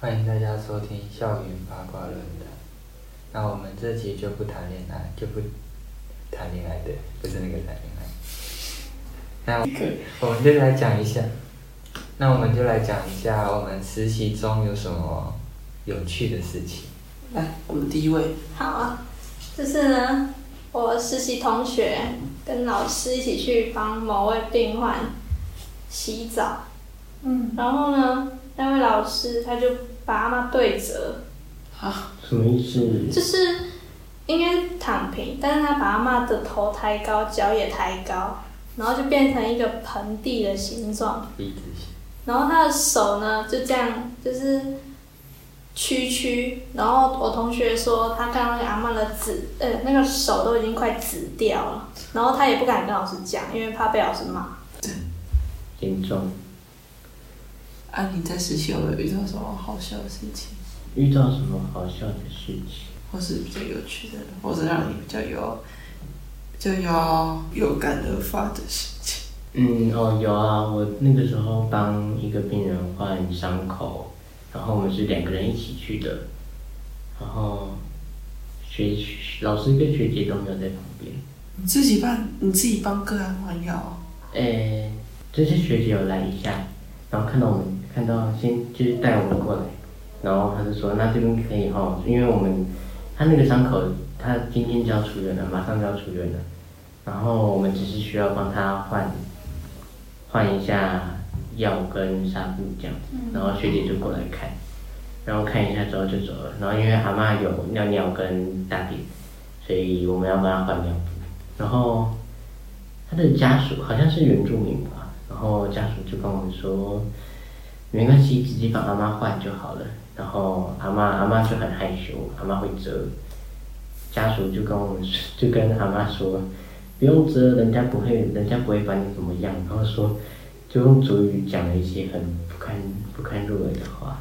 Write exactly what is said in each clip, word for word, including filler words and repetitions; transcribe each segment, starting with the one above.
欢迎大家收听校园八卦论坛。那我们这集就不谈恋爱，就不谈恋爱的，不是那个谈恋爱。那我们就来讲一下，那我们就来讲一下我们实习中有什么有趣的事情。 来，我们第一位。 好啊，就是呢，我实习同学跟老师一起去帮某位病患洗澡，嗯，然后呢，那位老师他就把阿嬷对折， 啊， 什么意思？ 就是应该躺平，但是他把阿嬷的头抬高，脚也抬高，然后就变成一个盆地的形状， 一直洗。 然后他的手呢就这样就是屈曲，然后我同学说他看到那个阿嬷的指，呃，那个手都已经快指掉了，然后他也不敢跟老师讲，因为怕被老师骂。 严重。 啊，你在实习有没有遇到什么好笑的事情？ 遇到什么好笑的事情？ 或是比较有趣的，或者让你比较有、比较有有感而发的事情？ 嗯，哦，有啊，我那个时候帮一个病人换伤口，然后我们是两个人一起去的，然后学老师跟学姐都没有在旁边。 你自己帮你自己帮个案换药、哦？ 诶，这些学姐有来一下，然后看到我们，看到先就是带我们过来，然后他就说那这边可以哈，因为我们他那个伤口他今天就要出院了，马上就要出院了，然后我们只是需要帮他换换一下药跟纱布这样子，然后学姐就过来看，然后看一下之后就走了，然后因为阿嬷有尿尿跟大便，所以我们要帮她换尿布，然后他的家属好像是原住民吧，然后家属就跟我们说，没关系，直接帮阿嬷换就好了。然后阿嬷阿嬷就很害羞，阿嬷会遮。家属就跟我们就跟阿嬷说，不用遮，人家不会，人家不会把你怎么样。然后说，就用族语讲了一些很不堪不堪入耳的话。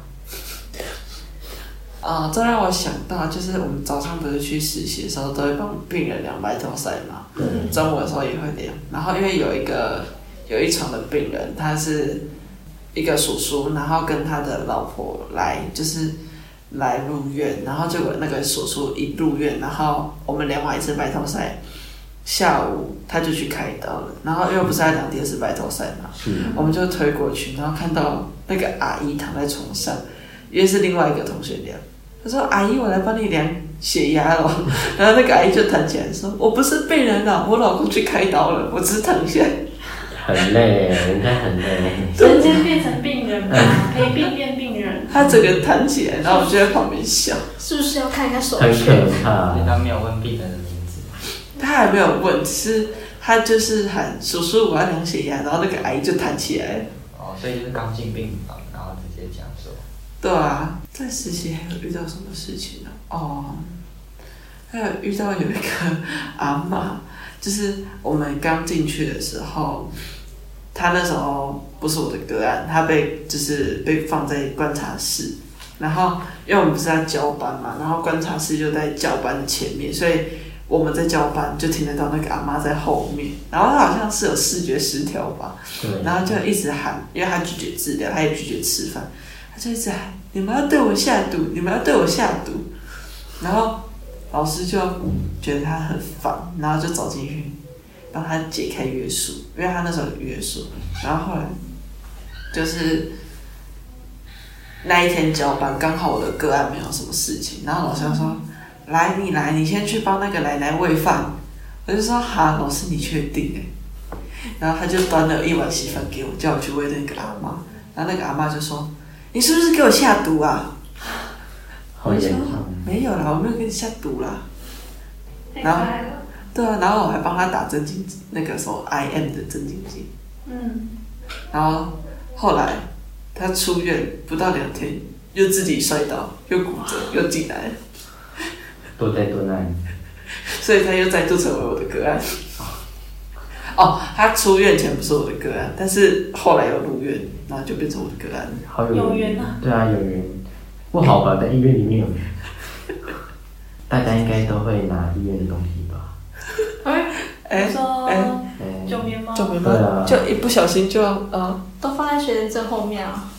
啊、呃，这让我想到，就是我们早上不是去实习的时候，都会帮病人量白头塞嘛。 嗯。 中午的时候也会量，然后因为有一个有一床的病人，他是一个叔叔，然后跟他的老婆来，就是来入院，然后结果那个叔叔一入院，然后我们量完一次白头塞，下午他就去开刀了，然后因为不是要量第二次白头塞嘛，我们就推过去，然后看到那个阿姨躺在床上，因为是另外一个同学量。他说：“阿姨，我来帮你量血压了。”然后那个阿姨就弹起来说：“我不是病人啊，我老公去开刀了，我只是躺下。” 很累，人家很累。 瞬间变成病人吧，陪病变病人。 他整个弹起来，然后我就在旁边笑。 是不是要看一下手很续？ 可怕。 他没有问病人的名字。 他还没有问，只是他就是喊叔叔我要量血压，然后那个阿姨就弹起来了。 哦，所以就是刚进病房，然后直接讲说。 对啊，在实习还有遇到什么事情呢？哦，还有遇到有一个阿嬷，就是我们刚进去的时候，她那时候不是我的个案，她被就是被放在观察室，然后因为我们不是在交班嘛，然后观察室就在交班的前面，所以我们在交班就听得到那个阿嬷在后面，然后她好像是有视觉失调吧，然后就一直喊，因为她拒绝治疗，她也拒绝吃饭。他就一直喊：“你们要对我下毒，你们要对我下毒。”然后老师就觉得他很烦，然后就走进去帮他解开约束，因为他那时候有约束。然后后来就是那一天交班，刚好我的个案没有什么事情，然后老师就说：“来，你来，你先去帮那个奶奶喂饭。”我就说：“哈，老师你确定？”哎，然后他就端了一碗稀饭给我，叫我去喂那个阿嬷。然后那个阿嬷就说：“你是不是给我下毒啊？” 好严重。 没有啦，我没有给你下毒啦。然后，对啊，然后我还帮他打镇静剂，那个什么 I M 的镇静剂。 嗯。 然后后来他出院不到两天，又自己摔倒，又骨折，又进来。 多灾多难。 所以他又再度成为我的个案。哦，他出院前不是我的个案，但是后来又入院，然后就变成我的个案。 好有有缘啊！ 对啊，有缘。不好吧，在医院里面有缘。大家应该都会拿医院的东西吧？ 哎哎哎，救命猫， 救命猫，就一不小心就呃， 都放在学生证后面啊。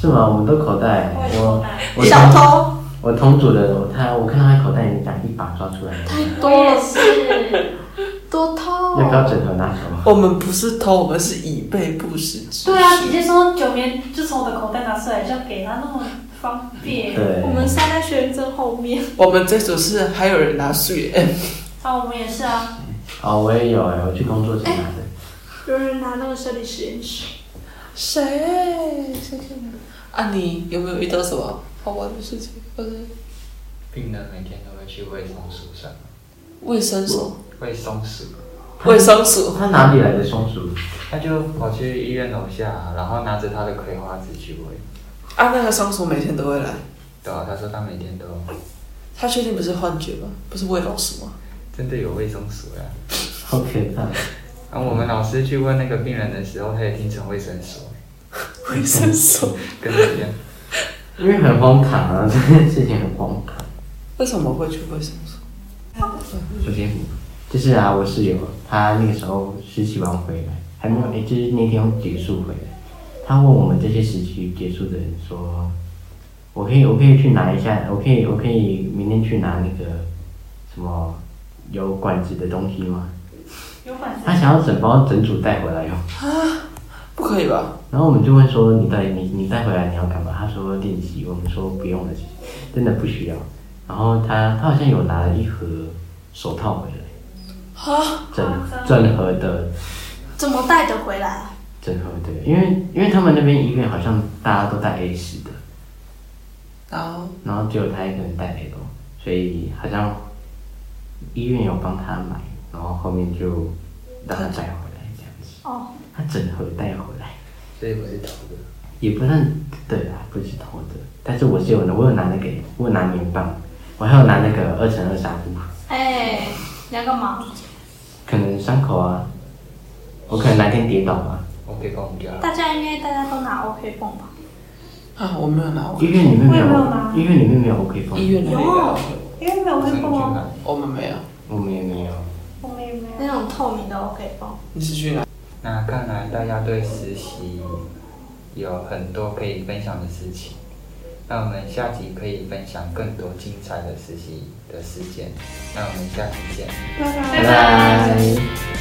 是吗？我们都口袋，我我小偷， 我同组的他，我看到他口袋里面讲一把抓出来， 太多了是，多偷。 要不要枕头拿走？ 我们不是偷，我们是以备不时之需。 对啊，姐姐说九棉就从我的口袋拿出来，就要给他那么方便。 对， 我们塞在学生证后面。 我们这组是还有人拿水 M。 啊，我们也是啊。 哦，我也有哎，我去工作前拿的。 有人拿那个生理实验室。 谁？谁去拿？啊，你有没有遇到什么好玩的事情？或者病人每天都会去卫生署上。 卫生所？ 卫生署。 卫生署？ 他哪里来的松鼠？ 他就跑去医院楼下，然后拿着他的葵花籽去喂。 啊，那个松鼠每天都会来。 对啊，他说他每天都。 他确定不是幻觉吗？不是喂老鼠吗？ 真的有卫生署呀。 好可怕。 然后我们老师去问那个病人的时候，他也听成卫生所。 卫生所？ 跟那样。 因为很荒唐啊，这件事情很荒唐。 为什么会去卫生所？ 首先，就是啊，我室友他那个时候实习完回来，还没有诶，就是那天结束回来，他问我们这些实习结束的人说，我可以我可以去拿一下，我可以我可以明天去拿那个什么有管子的东西吗？ 有管子。 他想要整包整组带回来哟。 啊，不可以吧？ 然后我们就问说，你带你你带回来你要干嘛？他说练习，我们说不用了，真的不需要。然后他他好像有拿了一盒手套回来， 啊， 整整盒的。 怎么带得回来？ 整盒的，因为因为他们那边医院好像大家都带 A 十的， 然后然后只有他一个人带 L，所以好像医院有帮他买，然后后面就让他带回来这样子。 哦。 他整盒带回来。 所以不是偷的。 也不算对啦，不是偷的，但是我是有的，我有拿那个，我有拿棉棒，我还有拿那个二乘二纱布。 哎，你要干嘛？ 可能伤口啊，我可能哪天跌倒吧。 OK 绷掉。 大家应该大家都拿 OK 绷吧？ 啊，我没有拿。 医院里面没有， 我也没有拿医院里面没有 OK 绷。 医院里面有。 因为没有 OK 绷啊。 我们没有。 我们也没有。 我们也没有。 那种透明的 OK 绷。 你是去哪？ 那看来大家对实习有很多可以分享的事情，那我们下集可以分享更多精彩的实习的事件。那我们下期见， 拜拜。 拜拜。